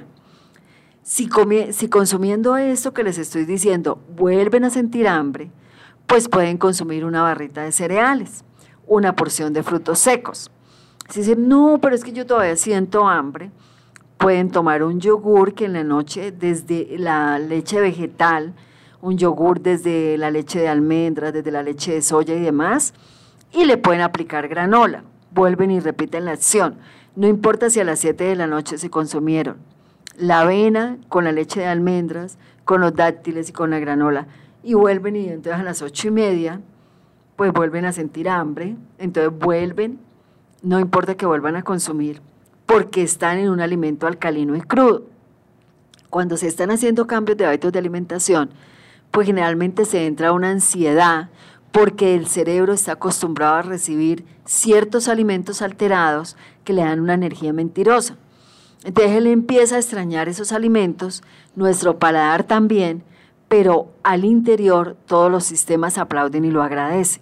Si consumiendo esto que les estoy diciendo vuelven a sentir hambre, pues pueden consumir una barrita de cereales, una porción de frutos secos. Si dicen, no, pero es que yo todavía siento hambre, pueden tomar un yogur que en la noche, desde la leche vegetal, un yogur desde la leche de almendras, desde la leche de soya y demás, y le pueden aplicar granola. Vuelven y repiten la acción. No importa si a las 7 de la noche se consumieron la avena con la leche de almendras, con los dátiles y con la granola, y vuelven y entonces a las 8:30, pues vuelven a sentir hambre, entonces vuelven, no importa que vuelvan a consumir, porque están en un alimento alcalino y crudo. Cuando se están haciendo cambios de hábitos de alimentación, pues generalmente se entra una ansiedad, porque el cerebro está acostumbrado a recibir ciertos alimentos alterados que le dan una energía mentirosa. Entonces él empieza a extrañar esos alimentos, nuestro paladar también, pero al interior todos los sistemas aplauden y lo agradecen.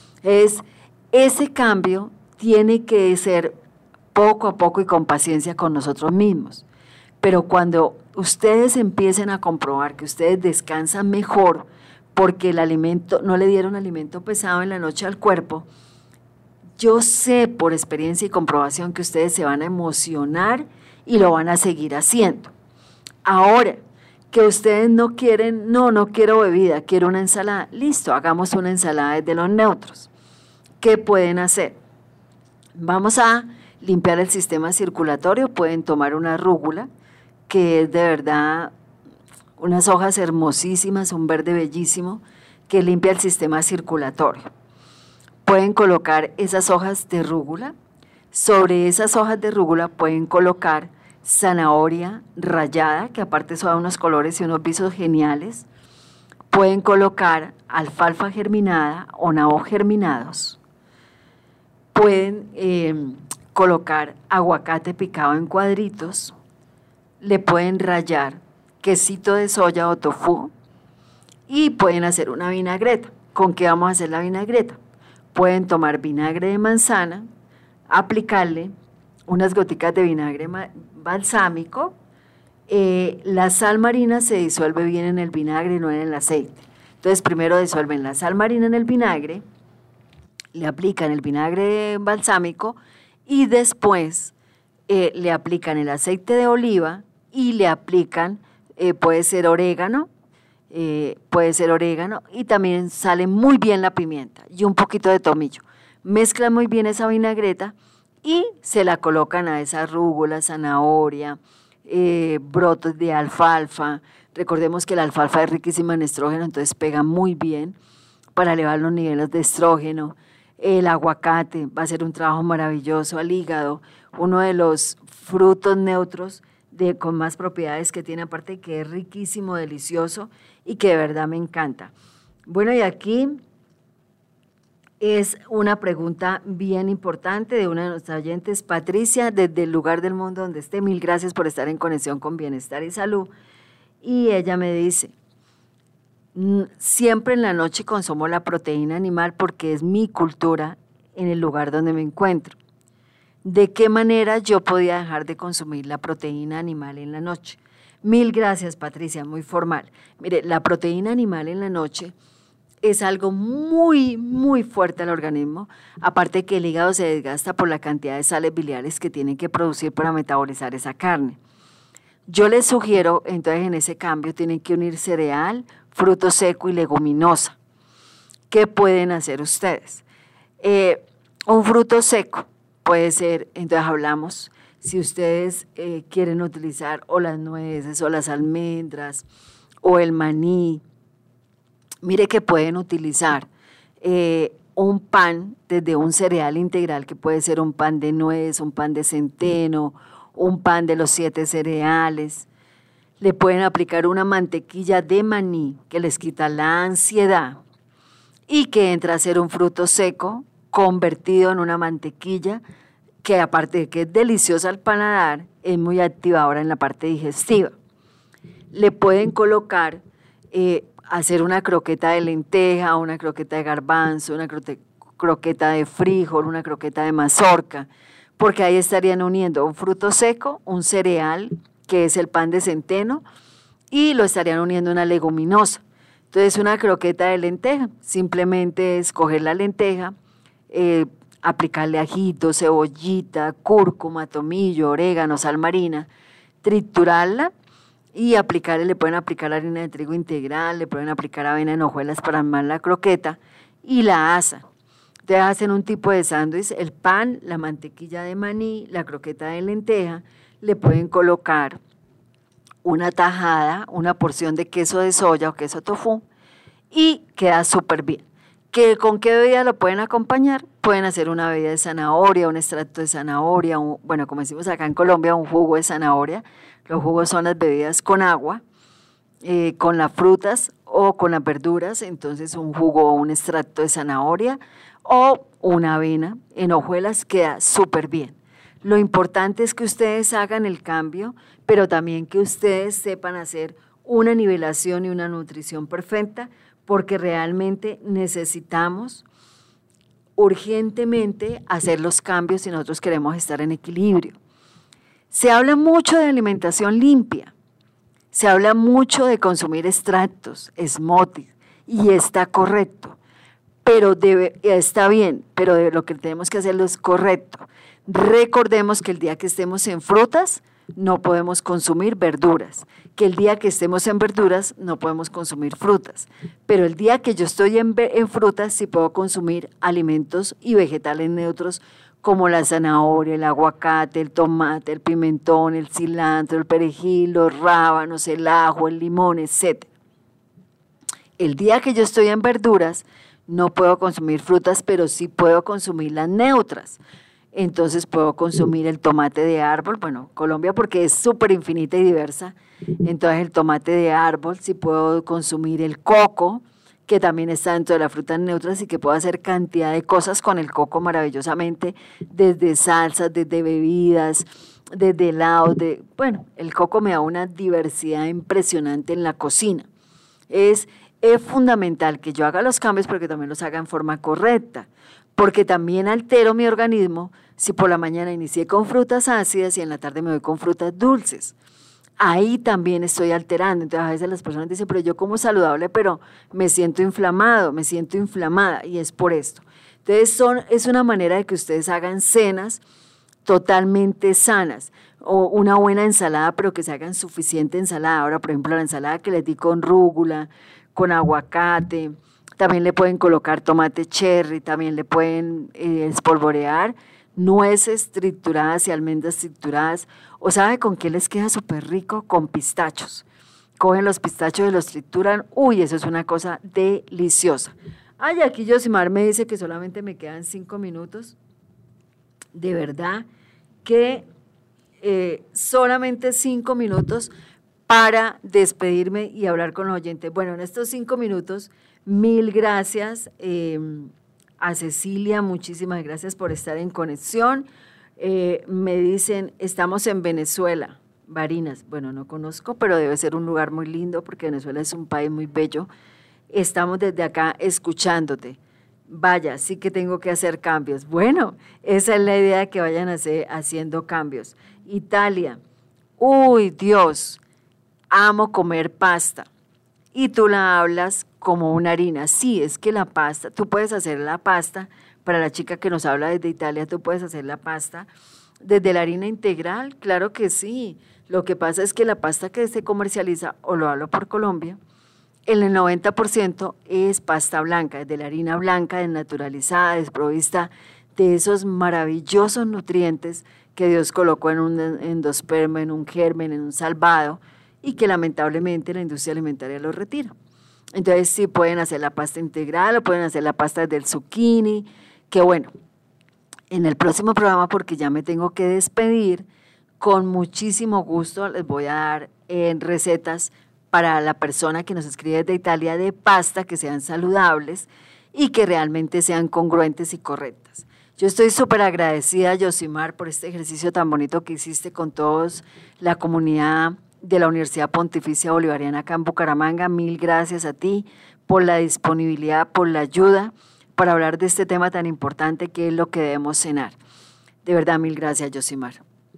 Ese cambio tiene que ser poco a poco y con paciencia con nosotros mismos. Pero cuando ustedes empiecen a comprobar que ustedes descansan mejor, porque el alimento, no le dieron alimento pesado en la noche al cuerpo, yo sé por experiencia y comprobación que ustedes se van a emocionar y lo van a seguir haciendo. Ahora, que ustedes no quieren, no quiero bebida, quiero una ensalada, listo, hagamos una ensalada desde los neutros. ¿Qué pueden hacer? Vamos a limpiar el sistema circulatorio, pueden tomar una rúgula, que es de verdad unas hojas hermosísimas, un verde bellísimo, que limpia el sistema circulatorio. Pueden colocar esas hojas de rúgula. Sobre esas hojas de rúgula pueden colocar zanahoria rallada, que aparte eso da unos colores y unos visos geniales. Pueden colocar alfalfa germinada o nabos germinados. Pueden colocar aguacate picado en cuadritos. Le pueden rallar quesito de soya o tofu y pueden hacer una vinagreta. ¿Con qué vamos a hacer la vinagreta? Pueden tomar vinagre de manzana, aplicarle unas goticas de vinagre balsámico. La sal marina se disuelve bien en el vinagre, no en el aceite. Entonces primero disuelven la sal marina en el vinagre, le aplican el vinagre balsámico y después le aplican el aceite de oliva y le aplican, puede ser orégano y también sale muy bien la pimienta y un poquito de tomillo. Mezclan muy bien esa vinagreta y se la colocan a esa rúgula, zanahoria, brotes de alfalfa. Recordemos que la alfalfa es riquísima en estrógeno, entonces pega muy bien para elevar los niveles de estrógeno. El aguacate va a ser un trabajo maravilloso al hígado, uno de los frutos neutros con más propiedades que tiene, aparte que es riquísimo, delicioso y que de verdad me encanta. Bueno, y aquí es una pregunta bien importante de una de nuestras oyentes, Patricia, desde el lugar del mundo donde esté. Mil gracias por estar en conexión con Bienestar y Salud. Y ella me dice, siempre en la noche consumo la proteína animal porque es mi cultura en el lugar donde me encuentro. ¿De qué manera yo podía dejar de consumir la proteína animal en la noche? Mil gracias, Patricia, muy formal. Mire, la proteína animal en la noche es algo muy, muy fuerte al organismo, aparte que el hígado se desgasta por la cantidad de sales biliares que tienen que producir para metabolizar esa carne. Yo les sugiero, entonces en ese cambio tienen que unir cereal, fruto seco y leguminosa. ¿Qué pueden hacer ustedes? Un fruto seco puede ser, entonces hablamos, si ustedes quieren utilizar o las nueces o las almendras o el maní, mire que pueden utilizar un pan desde un cereal integral que puede ser un pan de nuez, un pan de centeno, un pan de los 7 cereales. Le pueden aplicar una mantequilla de maní que les quita la ansiedad y que entra a ser un fruto seco convertido en una mantequilla que aparte de que es deliciosa al paladar, es muy activadora en la parte digestiva. Le pueden colocar, hacer una croqueta de lenteja, una croqueta de garbanzo, una croqueta de frijol, una croqueta de mazorca, porque ahí estarían uniendo un fruto seco, un cereal, que es el pan de centeno, y lo estarían uniendo a una leguminosa. Entonces, una croqueta de lenteja, simplemente es coger la lenteja, aplicarle ajito, cebollita, cúrcuma, tomillo, orégano, sal marina, triturarla y le pueden aplicar harina de trigo integral, le pueden aplicar avena en hojuelas para armar la croqueta y la asan. Entonces hacen un tipo de sándwich, el pan, la mantequilla de maní, la croqueta de lenteja, le pueden colocar una tajada, una porción de queso de soya o queso tofu y queda súper bien. ¿Con qué bebida lo pueden acompañar? Pueden hacer una bebida de zanahoria, un extracto de zanahoria, bueno, como decimos acá en Colombia, un jugo de zanahoria. Los jugos son las bebidas con agua, con las frutas o con las verduras, entonces un jugo o un extracto de zanahoria o una avena en hojuelas queda súper bien. Lo importante es que ustedes hagan el cambio, pero también que ustedes sepan hacer una nivelación y una nutrición perfecta, porque realmente necesitamos urgentemente hacer los cambios si nosotros queremos estar en equilibrio. Se habla mucho de alimentación limpia, se habla mucho de consumir extractos, smoothies, y está correcto, pero está bien, pero lo que tenemos que hacerlo es correcto. Recordemos que el día que estemos en frutas, no podemos consumir verduras, que el día que estemos en verduras no podemos consumir frutas, pero el día que yo estoy en frutas sí puedo consumir alimentos y vegetales neutros como la zanahoria, el aguacate, el tomate, el pimentón, el cilantro, el perejil, los rábanos, el ajo, el limón, etc. El día que yo estoy en verduras no puedo consumir frutas, pero sí puedo consumir las neutras. Entonces puedo consumir el tomate de árbol, bueno, Colombia porque es súper infinita y diversa, entonces el tomate de árbol, sí puedo consumir el coco, que también está dentro de las frutas neutras y que puedo hacer cantidad de cosas con el coco maravillosamente, desde salsas, desde bebidas, desde helados, bueno, el coco me da una diversidad impresionante en la cocina. Es fundamental que yo haga los cambios, pero que también los haga en forma correcta, porque también altero mi organismo si por la mañana inicié con frutas ácidas y en la tarde me voy con frutas dulces. Ahí también estoy alterando. Entonces a veces las personas dicen, pero yo como saludable, pero me siento inflamado, me siento inflamada, y es por esto. Entonces es una manera de que ustedes hagan cenas totalmente sanas, o una buena ensalada, pero que se hagan suficiente ensalada. Ahora, por ejemplo, la ensalada que les di con rúgula, con aguacate, también le pueden colocar tomate cherry, también le pueden espolvorear nueces trituradas y almendras trituradas. ¿O sabe con qué les queda súper rico? Con pistachos. Cogen los pistachos y los trituran. Uy, eso es una cosa deliciosa. Ay, aquí Yosimar me dice que solamente me quedan 5 minutos. De verdad que solamente 5 minutos para despedirme y hablar con los oyentes. Bueno, en estos 5 minutos, mil gracias a Cecilia, muchísimas gracias por estar en conexión. Me dicen, estamos en Venezuela, Barinas. Bueno, no conozco, pero debe ser un lugar muy lindo porque Venezuela es un país muy bello. Estamos desde acá escuchándote. Vaya, sí que tengo que hacer cambios. Bueno, esa es la idea, de que vayan haciendo cambios. Italia, uy, Dios, amo comer pasta. Y tú la hablas como una harina. Sí, es que la pasta, tú puedes hacer la pasta, para la chica que nos habla desde Italia, tú puedes hacer la pasta desde la harina integral, claro que sí. Lo que pasa es que la pasta que se comercializa, o lo hablo por Colombia, el 90% es pasta blanca, desde la harina blanca, desnaturalizada, desprovista de esos maravillosos nutrientes que Dios colocó en un endosperma, en un germen, en un salvado, y que lamentablemente la industria alimentaria lo retira. Entonces sí pueden hacer la pasta integral o pueden hacer la pasta del zucchini, que bueno, en el próximo programa, porque ya me tengo que despedir, con muchísimo gusto les voy a dar recetas para la persona que nos escribe desde Italia de pasta que sean saludables y que realmente sean congruentes y correctas. Yo estoy súper agradecida, Yosimar, por este ejercicio tan bonito que hiciste con todos, la comunidad de la Universidad Pontificia Bolivariana acá en Bucaramanga. Mil gracias a ti por la disponibilidad, por la ayuda para hablar de este tema tan importante que es lo que debemos cenar. De verdad, mil gracias, Yosimar.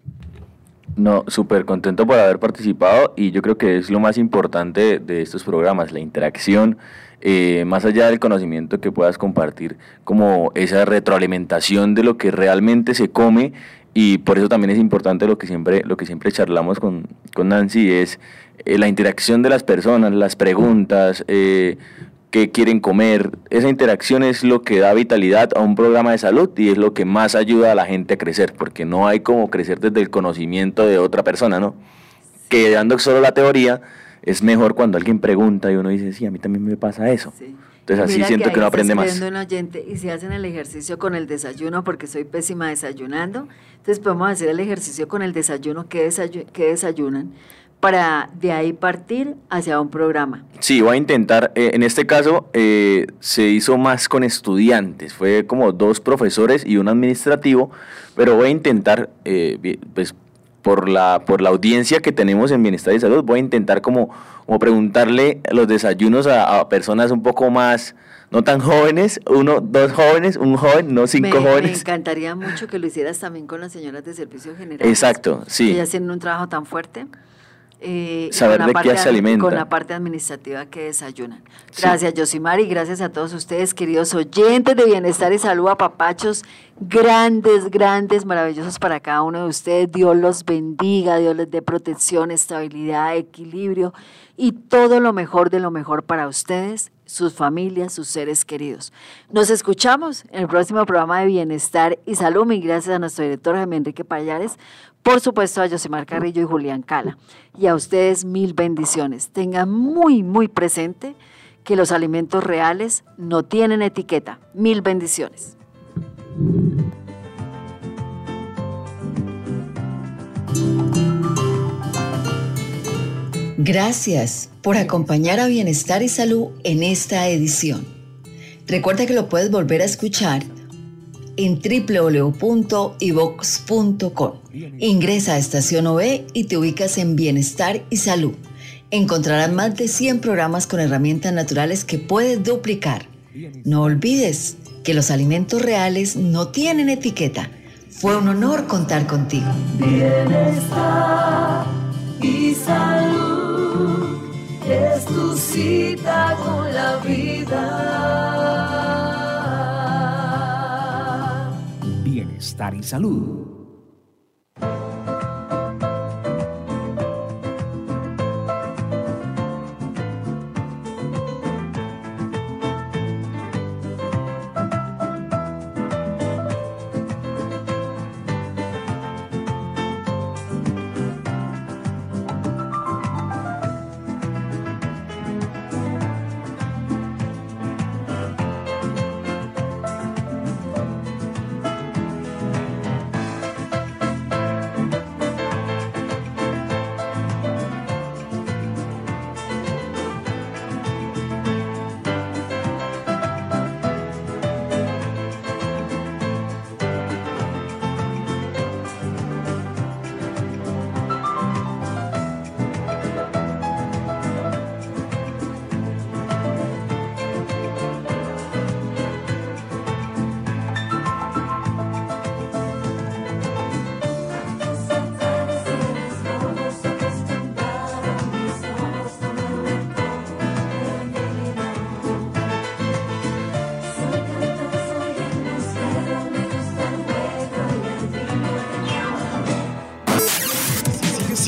No, súper contento por haber participado y yo creo que es lo más importante de estos programas, la interacción, más allá del conocimiento que puedas compartir, como esa retroalimentación de lo que realmente se come, y por eso también es importante lo que siempre charlamos con Nancy, es la interacción de las personas, las preguntas, qué quieren comer. Esa interacción es lo que da vitalidad a un programa de salud y es lo que más ayuda a la gente a crecer, porque no hay como crecer desde el conocimiento de otra persona, ¿no? Que dando solo la teoría es mejor cuando alguien pregunta y uno dice, sí, a mí también me pasa eso. Sí. Entonces así siento que uno aprende más. Un oyente, y si hacen el ejercicio con el desayuno, porque soy pésima desayunando, entonces podemos hacer el ejercicio con el desayuno, que desayunan, para de ahí partir hacia un programa. Sí, voy a intentar, en este caso se hizo más con estudiantes, fue como 2 profesores y un administrativo, pero voy a intentar, pues por la audiencia que tenemos en Bienestar y Salud, voy a intentar como preguntarle los desayunos a personas un poco más, no tan jóvenes, 2 jóvenes, un joven, no 5 jóvenes. Me encantaría mucho que lo hicieras también con las señoras de servicio general. Exacto, sí. Ellas tienen un trabajo tan fuerte. Saber de qué se alimenta. Con la parte administrativa que desayunan. Gracias, sí. Yosimar, y gracias a todos ustedes, queridos oyentes de Bienestar y Salud, a papachos grandes, maravillosos para cada uno de ustedes. Dios los bendiga, Dios les dé protección, estabilidad, equilibrio y todo lo mejor de lo mejor para ustedes, sus familias, sus seres queridos. Nos escuchamos en el próximo programa de Bienestar y Salud. Y gracias a nuestro director Jaime Enrique Payares, por supuesto a Yosimar Carrillo y Julián Cala. Y a ustedes mil bendiciones. Tengan muy presente que los alimentos reales no tienen etiqueta. Mil bendiciones. Gracias por acompañar a Bienestar y Salud en esta edición. Recuerda que lo puedes volver a escuchar en www.ivox.com. Ingresa a Estación OB y te ubicas en Bienestar y Salud. Encontrarás más de 100 programas con herramientas naturales que puedes duplicar. No olvides que los alimentos reales no tienen etiqueta. Fue un honor contar contigo. Bienestar y salud es tu cita con la vida. Bienestar y Salud.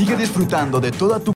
Sigue disfrutando de toda tu